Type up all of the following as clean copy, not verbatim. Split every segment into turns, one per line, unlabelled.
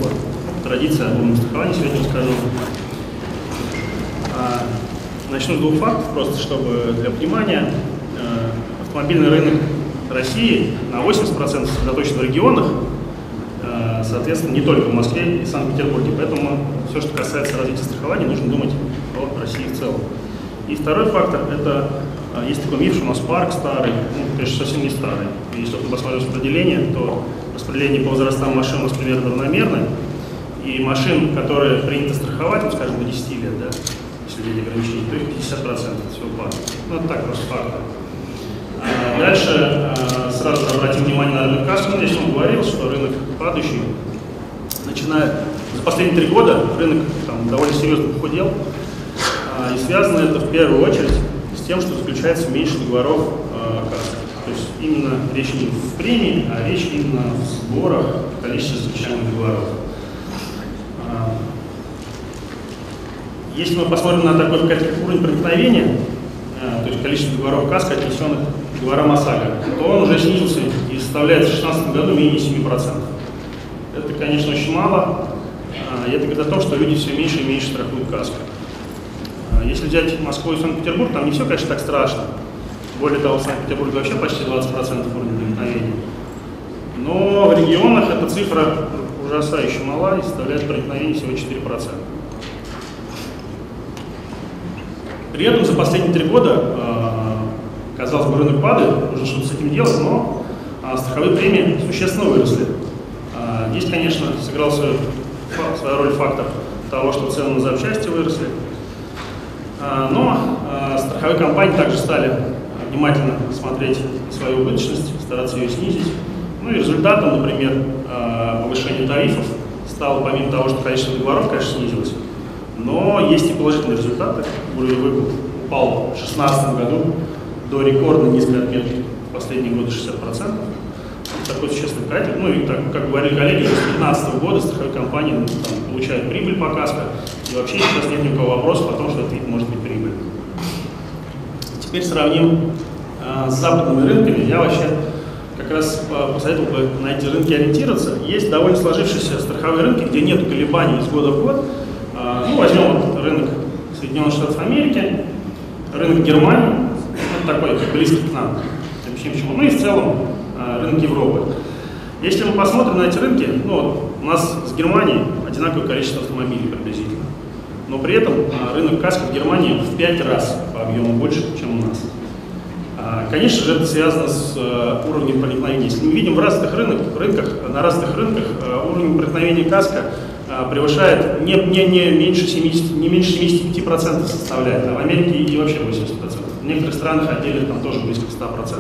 год. Традиция огромного страхования сегодня расскажу. Начну с двух фактов, просто чтобы для понимания. Автомобильный рынок России на 80% сосредоточен в регионах, соответственно, не только в Москве и Санкт-Петербурге. Поэтому все, что касается развития страхования, нужно думать о России в целом. И второй фактор – это есть такой миф, что у нас парк старый, ну, конечно, совсем не старый. И если мы посмотрим распределение, то распределение по возрастам машин у нас примерно равномерно. И машин, которые принято страховать, ну, скажем, до 10 лет, да, если нет ограничений, то их 50% всего парка. Ну, это так просто факт. Дальше сразу же обратим внимание на рынок каск. Я сегодня говорил, что рынок падающий. Начиная за последние 3 года рынок там довольно серьезно похудел. И связано это в первую очередь с тем, что заключается меньше договоров каск. То есть именно речь не в премии, а речь именно в сборах, в количестве заключаемых договоров. Если мы посмотрим на такой уровень проникновения, то есть количество договоров каск, отнесенных к договорам ОСАГО, то он уже снизился и составляет в 2016 году менее 7%. Это, конечно, очень мало, и это говорит о том, что люди все меньше и меньше страхуют каско. Если взять Москву и Санкт-Петербург, там не все, конечно, так страшно. Более того, в Санкт-Петербурге вообще почти 20% уровня проникновения. Но в регионах эта цифра ужасающе мала и составляет проникновение всего 4%. При этом за последние 3 года, казалось бы, рынок падает, нужно что-то с этим делать, но страховые премии существенно выросли. Здесь, конечно, сыграл свою роль фактор того, что цены на запчасти выросли. Но страховые компании также стали внимательно смотреть на свою убыточность, стараться ее снизить. Ну и результатом, например, повышения тарифов стало, помимо того, что количество договоров, конечно, снизилось, но есть и положительные результаты. Уровень выкуп упал в 2016 году до рекордно низкой отметки в последние годы 60%. Такой существенный показатель. Ну и, так, как говорили коллеги, с 2015 года страховые компании там получают прибыль по каско, и вообще сейчас нет никакого вопроса о том, что это может быть прибыль. Теперь сравним с западными рынками. Я вообще как раз посоветовал бы на эти рынки ориентироваться. Есть довольно сложившиеся страховые рынки, где нет колебаний из года в год. Ну, возьмем вот рынок Соединенных Штатов Америки, рынок Германии, вот такой близкий к нам. Ну и в целом рынок Европы. Если мы посмотрим на эти рынки, ну, у нас с Германией одинаковое количество автомобилей приблизительно. Но при этом рынок каско в Германии в 5 раз по объему больше, чем у нас. Конечно же, это связано с уровнем проникновения. Если мы видим в разных рынках, на разных рынках уровень проникновения каско превышает не меньше 75% составляет, а в Америке и вообще 80%. В некоторых странах отделы там тоже близко к 100%.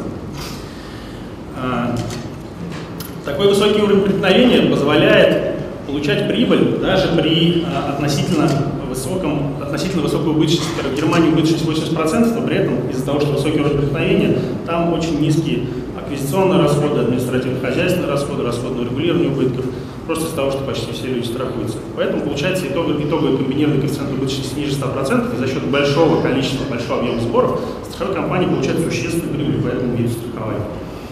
Такой высокий уровень проникновения позволяет получать прибыль даже при относительно высокой убыточности. В Германии убыточность 80%, но при этом из-за того, что высокий уровень проникновения, там очень низкие аквизиционные расходы, административно-хозяйственные расходы, расходы на регулирование убытков, просто из-за того, что почти все люди страхуются. Поэтому получается итоговый комбинированный коэффициент убыточности ниже 100%, и за счет большого количества, большого объема сборов страховые компании получают существенную прибыль по этому виду страхования.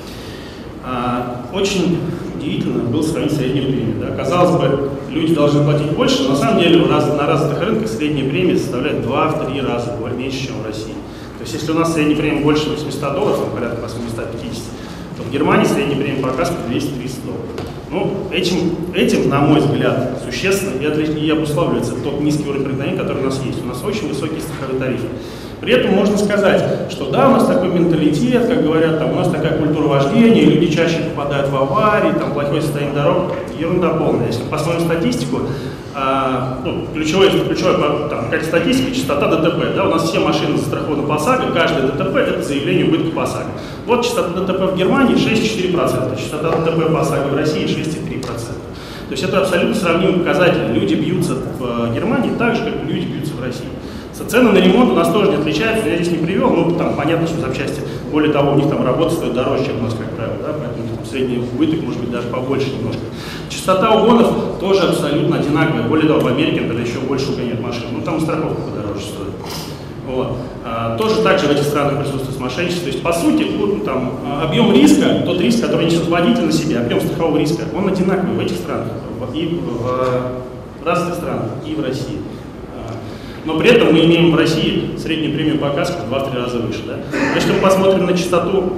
Очень удивительно было сравнить среднюю премию. Да? Казалось бы, люди должны платить больше, но на самом деле на развитых рынках средняя премия составляет 2-3 раза меньше, чем в России. То есть если у нас средняя премия больше $800, там, порядка 850, то в Германии средняя премия по каско $200-300. Ну, этим, на мой взгляд, существенно и обуславливается тот низкий уровень проникновения, который у нас есть. У нас очень высокие страховые тарифы. При этом можно сказать, что да, у нас такой менталитет, как говорят, там, у нас такая культура вождения, люди чаще попадают в аварии, там, плохое состояние дорог, ерунда полная. Если посмотрим статистику, ключевая какая-то статистика, частота ДТП. Да, у нас все машины застрахованы по ОСАГО, каждое ДТП – это заявление убытка по ОСАГО. Вот частота ДТП в Германии 6,4%, частота ДТП по ОСАГО в России 6,3%. То есть это абсолютно сравнимый показатель. Люди бьются в Германии так же, как люди бьются в России. Цены на ремонт у нас тоже не отличаются, я здесь не привел, но там понятно, что запчасти, более того, у них там работа стоит дороже, чем у нас, как правило, да, поэтому там средний убыток может быть даже побольше немножко. Частота угонов тоже абсолютно одинаковая, более того, в Америке, когда еще больше угоняют машин, ну там страховка подороже стоит. Вот. Тоже также в этих странах присутствует мошенничество, то есть по сути там, объем риска, тот риск, который несет водитель на себе, объем страхового риска, он одинаковый в этих странах. и в развитых странах, и в России. Но при этом мы имеем в России среднюю премию по каско в 2-3 раза выше. Да? Если мы посмотрим на частоту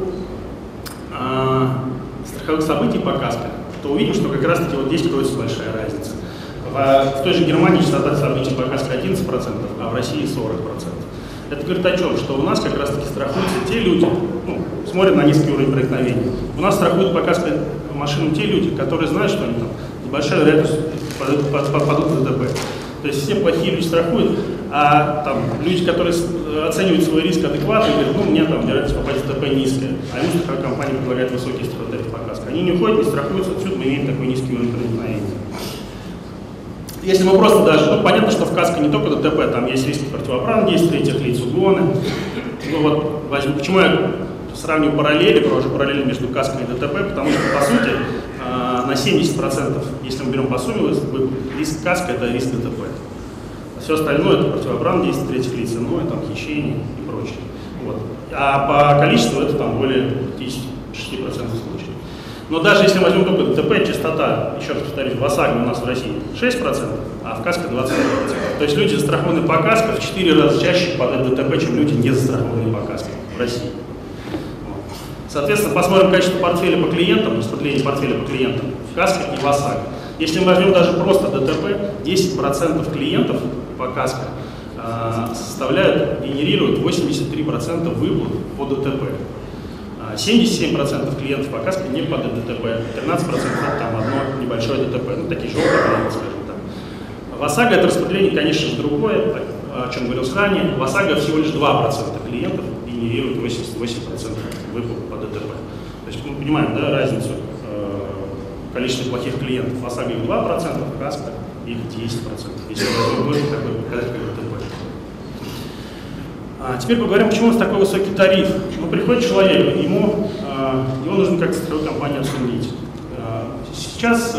страховых событий по каско, то увидим, что как раз-таки вот здесь кроется большая разница. В той же Германии частота событий по каско 11%, а в России 40%. Это говорит о чем? Что у нас как раз-таки страхуются те люди, смотрят на низкий уровень проникновения. У нас страхуют по каско машину те люди, которые знают, что они там с большой вероятностью попадут в ДТП. То есть все плохие люди страхуют, а там люди, которые оценивают свой риск адекватно, говорят, у меня там вероятность попасть в ДТП низкая, а ему страховая компания предлагает высокий тариф по каско. Они не уходят, не страхуются, отсюда мы имеем такой низкий уровень проникновения. Если мы просто даже, понятно, что в каско не только ДТП, там есть риски противоправных действий, третьих лиц, угоны. Почему я сравниваю параллели, провожу параллели между каско и ДТП, потому что, по сути, на 70%, если мы берем по сумме, риск каско – это риск ДТП. Все остальное – это противоправные действия третьих лиц, иное, там, хищение и прочее. Вот. А по количеству это там более 56% случаев. Но даже если мы возьмем только ДТП, частота, еще раз повторюсь, в ОСАГО у нас в России 6%, а в каско 20%. То есть люди, застрахованные по каско, в 4 раза чаще попадают в ДТП, чем люди, не застрахованные по каско в России. Соответственно, посмотрим качество портфеля по клиентам, распределение портфеля по клиентам в каско и в ОСАГО. Если мы возьмем даже просто ДТП, 10% клиентов по каско генерируют 83% выплат по ДТП. 77% клиентов по каско не падают в ДТП, 13% там одно небольшое ДТП, такие желтые клиенты, скажем так. В ОСАГО это распределение, конечно же, другое, о чем говорилось ранее. В ОСАГО всего лишь 2% клиентов генерируют 88% выплат по ДТП. То есть мы понимаем, да, разницу количества плохих клиентов. В ОСАГО их 2%, в каско их 10%. Если мы возьмем такой показатель, как ДТП. Теперь поговорим, почему у нас такой высокий тариф. Приходит человек, его нужно как-то страховую компанию оценить. Сейчас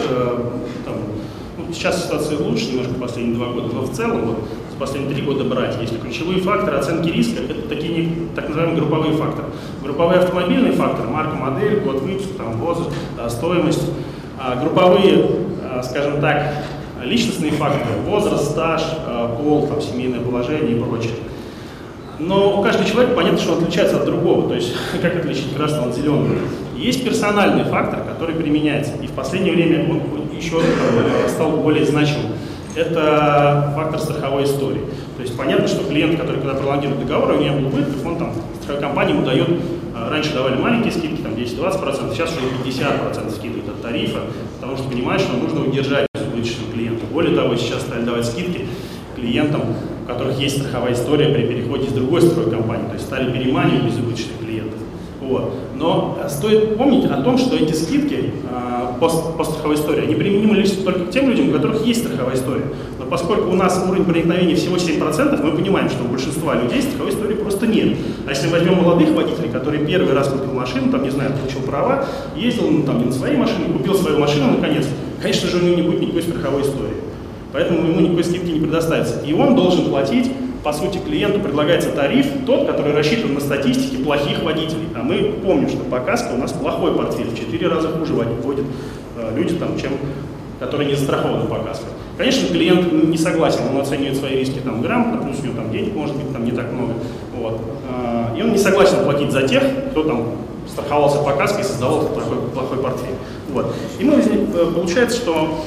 ситуация лучше немножко последние 2 года, но в целом, за последние 3 года брать, если ключевые факторы оценки риска, это такие так называемые групповые факторы. Групповые автомобильные факторы, марка, модель, год выпуска, возраст, стоимость. Групповые, скажем так, личностные факторы, возраст, стаж, пол, семейное положение и прочее. Но у каждого человека понятно, что он отличается от другого, то есть как отличить красного от зеленого. Есть персональный фактор, который применяется, и в последнее время он еще стал более значимым. Это фактор страховой истории. То есть понятно, что клиент, который когда пролонгирует договор, у него был убытков, он страховая компания ему дает, раньше давали маленькие скидки, 10-20%, сейчас уже 50% скидывают от тарифа, потому что понимаешь, что нужно удержать убыточного клиента. Более того, сейчас стали давать скидки клиентам, у которых есть страховая история при переходе из другой страховой компании, то есть стали переманивать безубыточных клиентов. Но стоит помнить о том, что эти скидки по страховой истории, они применимы лишь только к тем людям, у которых есть страховая история. Но поскольку у нас уровень проникновения всего 7%, мы понимаем, что у большинства людей страховой истории просто нет. А если возьмем молодых водителей, которые первый раз купил машину, получил права, ездил не на своей машине, купил свою машину наконец, конечно же, у него не будет никакой страховой истории. Поэтому ему никакой скидки не предоставится. И он должен платить, по сути, клиенту предлагается тариф, тот, который рассчитан на статистике плохих водителей. А мы помним, что по каско у нас плохой портфель, в 4 раза хуже водят люди, чем которые не застрахованы по каско. Конечно, клиент не согласен, он оценивает свои риски грамотно, плюс у него денег может быть не так много. И он не согласен платить за тех, кто страховался по каско и создавал плохой портфель. И получается, что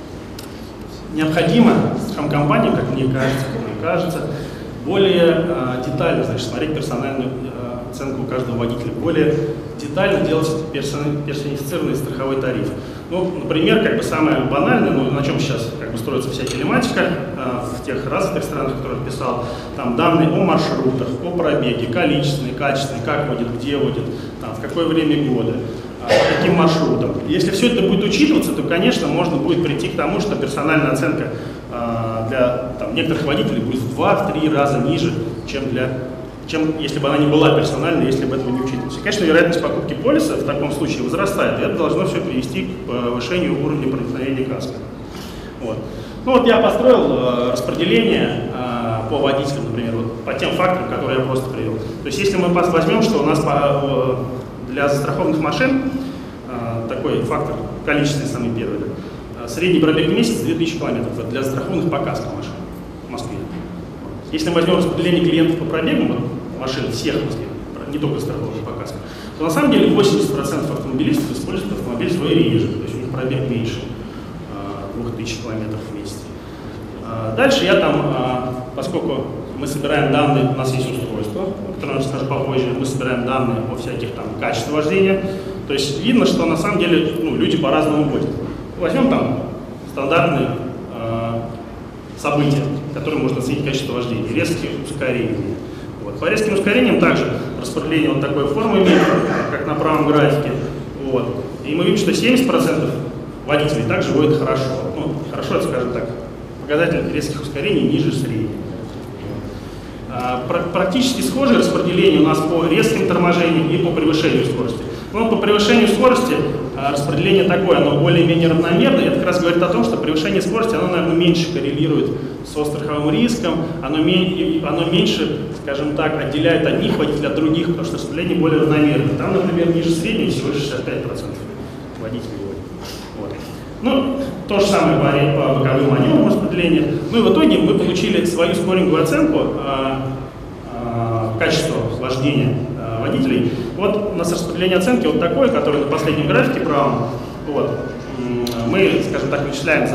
необходимо страховым компаниям, как мне кажется, более детально смотреть персональную оценку каждого водителя, более детально делать персонифицированный страховой тариф. Например, самое банальное, на чем сейчас строится вся телематика в тех развитых странах, которые я писал, данные о маршрутах, о пробеге, количественные, качественные, как водит, где водит, в какое время года, по каким маршрутам. Если все это будет учитываться, то, конечно, можно будет прийти к тому, что персональная оценка для некоторых водителей будет в 2-3 раза ниже, чем если бы она не была персональной, если бы этого не учитывалось. И, конечно, вероятность покупки полиса в таком случае возрастает, и это должно все привести к повышению уровня проникновения каско. Я построил распределение по водителям, например, по тем факторам, которые я просто привел. То есть если мы возьмем, что у нас для застрахованных машин такой фактор, количественный самый первый, средний пробег в месяц 2000 километров. Это для страхованных по КАСКО машин в Москве. Если мы возьмем распределение клиентов по пробегу машин всех в Москве, не только страхованных по КАСКО, то на самом деле 80% автомобилистов используют автомобиль свой реже, то есть у них пробег меньше 2000 километров в месяц. Дальше я там, поскольку мы собираем данные, у нас есть устройство, о котором я расскажу попозже, мы собираем данные о всяких там качествах вождения, то есть видно, что на самом деле люди по-разному водят. Возьмем там стандартные события, которые можно оценить качество вождения, резкие ускорения. Вот. По резким ускорениям также распределение вот такой формы имеет, как на правом графике. Вот. И мы видим, что 70% водителей также водят хорошо. Ну, хорошо, это, скажем так, показатель резких ускорений ниже среднего. Практически схожее распределение у нас по резким торможениям и по превышению скорости. Но по превышению скорости распределение такое, оно более-менее равномерное. Это как раз говорит о том, что превышение скорости, оно, наверное, меньше коррелирует со страховым риском, оно меньше, скажем так, отделяет одних водителей от других, потому что распределение более равномерное. Там, например, ниже среднего всего лишь 65% водителей водят. Вот. Ну, то же самое по боковым маневрам распределения. Ну и в итоге мы получили свою скоринговую оценку качества вождения водителей. Вот у нас распределение оценки вот такое, которое на последнем графике правом. Вот. Мы, скажем так, вычисляем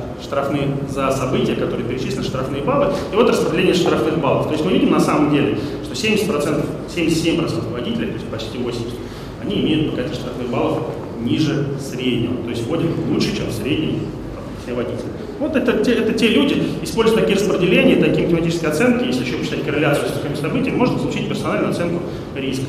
за события, которые перечислены, штрафные баллы. И вот распределение штрафных баллов. То есть мы видим на самом деле, что 77% водителей, то есть почти 80%, они имеют показатель штрафных баллов ниже среднего. То есть водят лучше, чем в среднем все водители. Вот это те люди, используя такие распределения, такие математические оценки, если еще посчитать корреляцию с такими событиями, можно получить персональную оценку риска.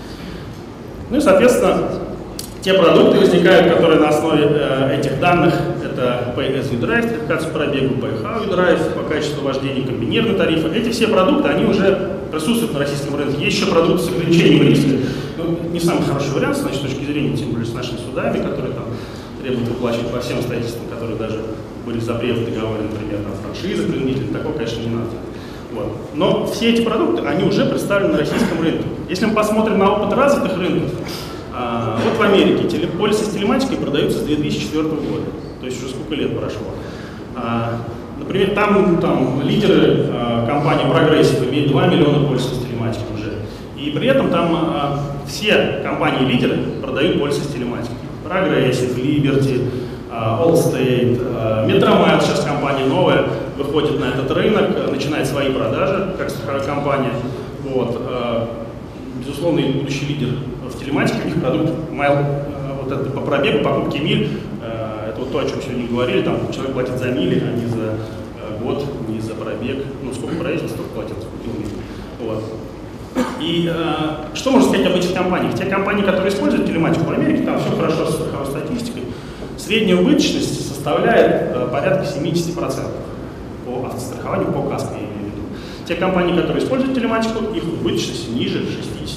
Ну и, соответственно, те продукты возникают, которые на основе этих данных, это Pay-as-you-drive, тарификацию пробегу, Pay-how-you-drive, по качеству вождения, комбинированные тарифы. Эти все продукты, они уже присутствуют на российском рынке. Есть еще продукты с ограничением риска. Ну, не самый хороший вариант, значит, с точки зрения, тем более с нашими судами, которые там требуют выплачивать по всем обстоятельствам, которые даже были запреты в договоре, например, там, франшизы, принудительные, такого, конечно, не надо. Вот. Но все эти продукты, они уже представлены на российском рынке. Если мы посмотрим на опыт развитых рынков, вот в Америке полисы с телематикой продаются с 2004 года, то есть уже сколько лет прошло. Например, там лидеры компании Progressive имеют 2 миллиона полисов с телематикой уже. И при этом там все компании-лидеры продают полисы с телематикой. Progressive, Liberty, Allstate, Metromed, сейчас компания новая, выходит на этот рынок, начинает свои продажи, как страховая компания. Вот. Безусловно, будущий лидер в телематике, у них продукт вот это по пробегу, покупки миль, это вот то, о чем сегодня говорили, там человек платит за мили, а не за год, не за пробег, ну сколько проездил, столько платит, сколько миль. Вот. И что можно сказать об этих компаниях? Те компании, которые используют телематику в Америке, там все хорошо с страховой статистикой, средняя убыточность составляет порядка 70% по автострахованию, по КАСКО, я имею в виду. Те компании, которые используют телематику, их убыточность ниже 65%.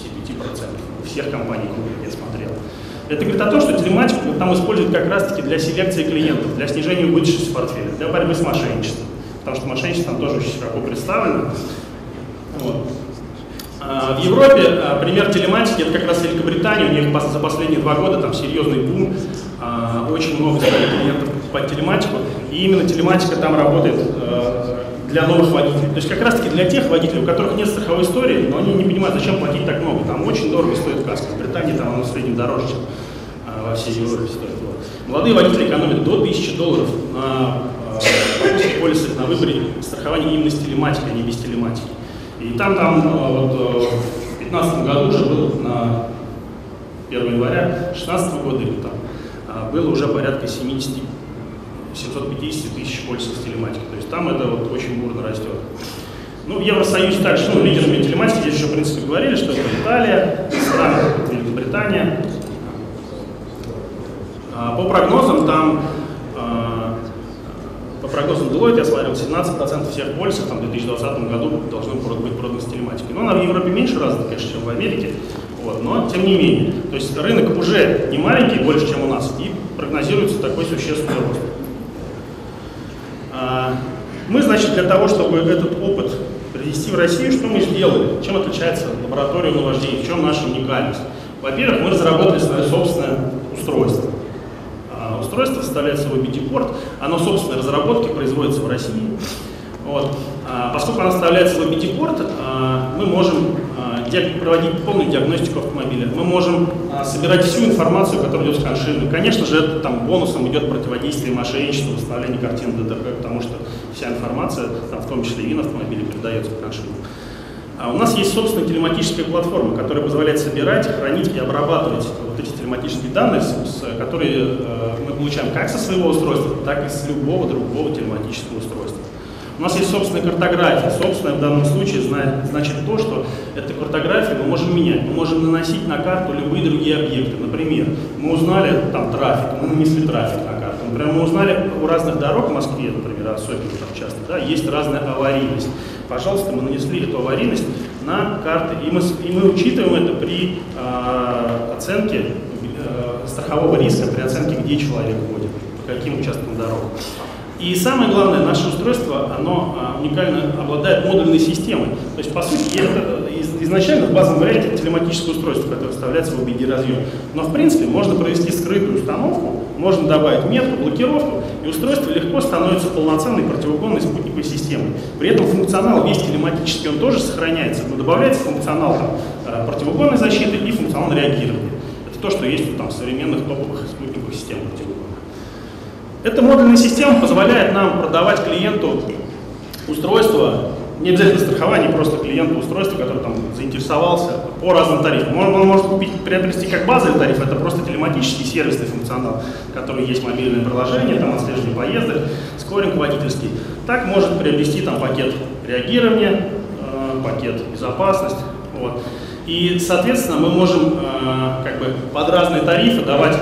У всех компаний, которые я смотрел. Это говорит о том, что телематику там используют как раз-таки для селекции клиентов, для снижения убыточности портфеля, для борьбы с мошенничеством. Потому что мошенничество там тоже очень широко представлено. Вот. В Европе пример телематики, это как раз Великобритания, у них за последние 2 года там серьезный бум, очень много стали клиентов покупать телематику, и именно телематика там работает для новых водителей. То есть как раз таки для тех водителей, у которых нет страховой истории, но они не понимают, зачем платить так много. Там очень дорого стоит каска. В Британии там оно в среднем дороже, чем во всей Европе стоит. Молодые водители экономят до $1000 на полисах на выборе страхования именно с телематикой, а не без телематики. И там вот в 2015 году уже был на 1 января 2016 года или там было уже порядка 750 тысяч полисов с телематикой. То есть там это вот очень бурно растет. Ну, в Евросоюзе также, лидерами телематики, здесь еще, в принципе, говорили, что это Италия, страны, Великобритания. По прогнозам там, по прогнозам Deloitte, я смотрел, 17% всех полисов там, в 2020 году должны быть проданы с телематикой. Но она в Европе меньше развита, конечно, чем в Америке, вот, но тем не менее. То есть рынок уже не маленький, больше, чем у нас, и прогнозируется такой существенный рост. Мы, значит, для того, чтобы этот опыт привести в Россию, что мы сделали? Чем отличается лаборатория вождения? В чем наша уникальность? Во-первых, мы разработали свое собственное устройство. устройство составляет свой BT-порт, оно собственной разработки производится в России. Вот. Поскольку она составляет свой BT-порт, мы можем проводить полную диагностику автомобиля. Мы можем собирать всю информацию, которая идет с коншины. Конечно же, это там бонусом идет противодействие мошенничеству, восстановление картин ДТП, потому что вся информация, там, в том числе и ВИН автомобиля, передается по коншину. У нас есть собственная телематическая платформа, которая позволяет собирать, хранить и обрабатывать вот эти телематические данные, которые мы получаем как со своего устройства, так и с любого другого телематического устройства. У нас есть собственная картография. Собственная в данном случае значит то, что эту картографию мы можем менять. Мы можем наносить на карту любые другие объекты. Например, мы узнали там трафик, мы нанесли трафик на карту. Например, мы узнали у разных дорог в Москве, например, особенно там часто, да, есть разная аварийность. Пожалуйста, мы нанесли эту аварийность на карты, и мы учитываем это при оценке страхового риска, при оценке, где человек ходит, по каким участкам дорог. И самое главное, наше устройство, оно уникально обладает модульной системой. То есть, по сути, это изначально в базовом варианте телематическое устройство, которое вставляется в OBD-разъем. Но, в принципе, можно провести скрытую установку, можно добавить метку, блокировку, и устройство легко становится полноценной противоугонной спутниковой системой. При этом функционал весь телематический, он тоже сохраняется, но добавляется функционал там, противоугонной защиты и функционал реагирования. Это то, что есть там, в современных топовых спутниковых системах противоугонных. Эта модульная система позволяет нам продавать клиенту устройство, не обязательно страхование, просто клиенту устройство, который там заинтересовался по разным тарифам. Он может приобрести как базовый тариф, это просто телематический сервисный функционал, который есть мобильное приложение, там отслеживание поездок, скоринг водительский. Так может приобрести там пакет реагирования, пакет безопасность. Вот. И, соответственно, мы можем как бы под разные тарифы давать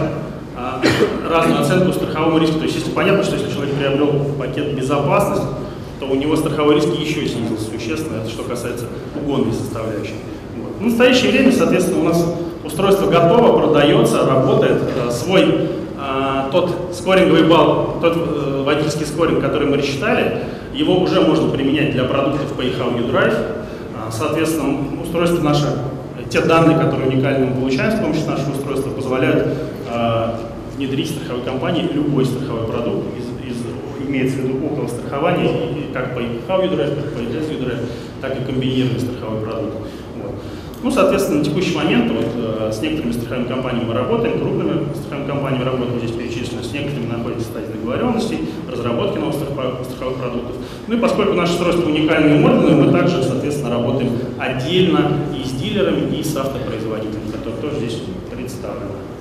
разную оценку страховому риску. То есть, если понятно, что если человек приобрел пакет безопасности, то у него страховой риск еще снизился существенно, это что касается угонной составляющей. Вот. В настоящее время, соответственно, у нас устройство готово, продается, работает. Свой тот скоринговый балл, тот водительский скоринг, который мы рассчитали, его уже можно применять для продуктов Pay How You Drive. Соответственно, устройство наше, те данные, которые уникально мы получаем с помощью нашего устройства, позволяют внедрить в страховой компании любой страховой продукт, имеется в виду около страхования, как по How You Drive, как по As You Drive, так и комбинированный страховой продукт. Вот. Ну, соответственно, на текущий момент вот, с некоторыми страховыми компаниями мы работаем, крупными страховыми компаниями работаем, здесь перечислены, с некоторыми находятся в стадии договоренностей, разработки новых страховых продуктов. Ну и поскольку наше устройство уникальное и модульное, мы также, соответственно, работаем отдельно и с дилерами, и с автопроизводителями, которые тоже здесь представлены.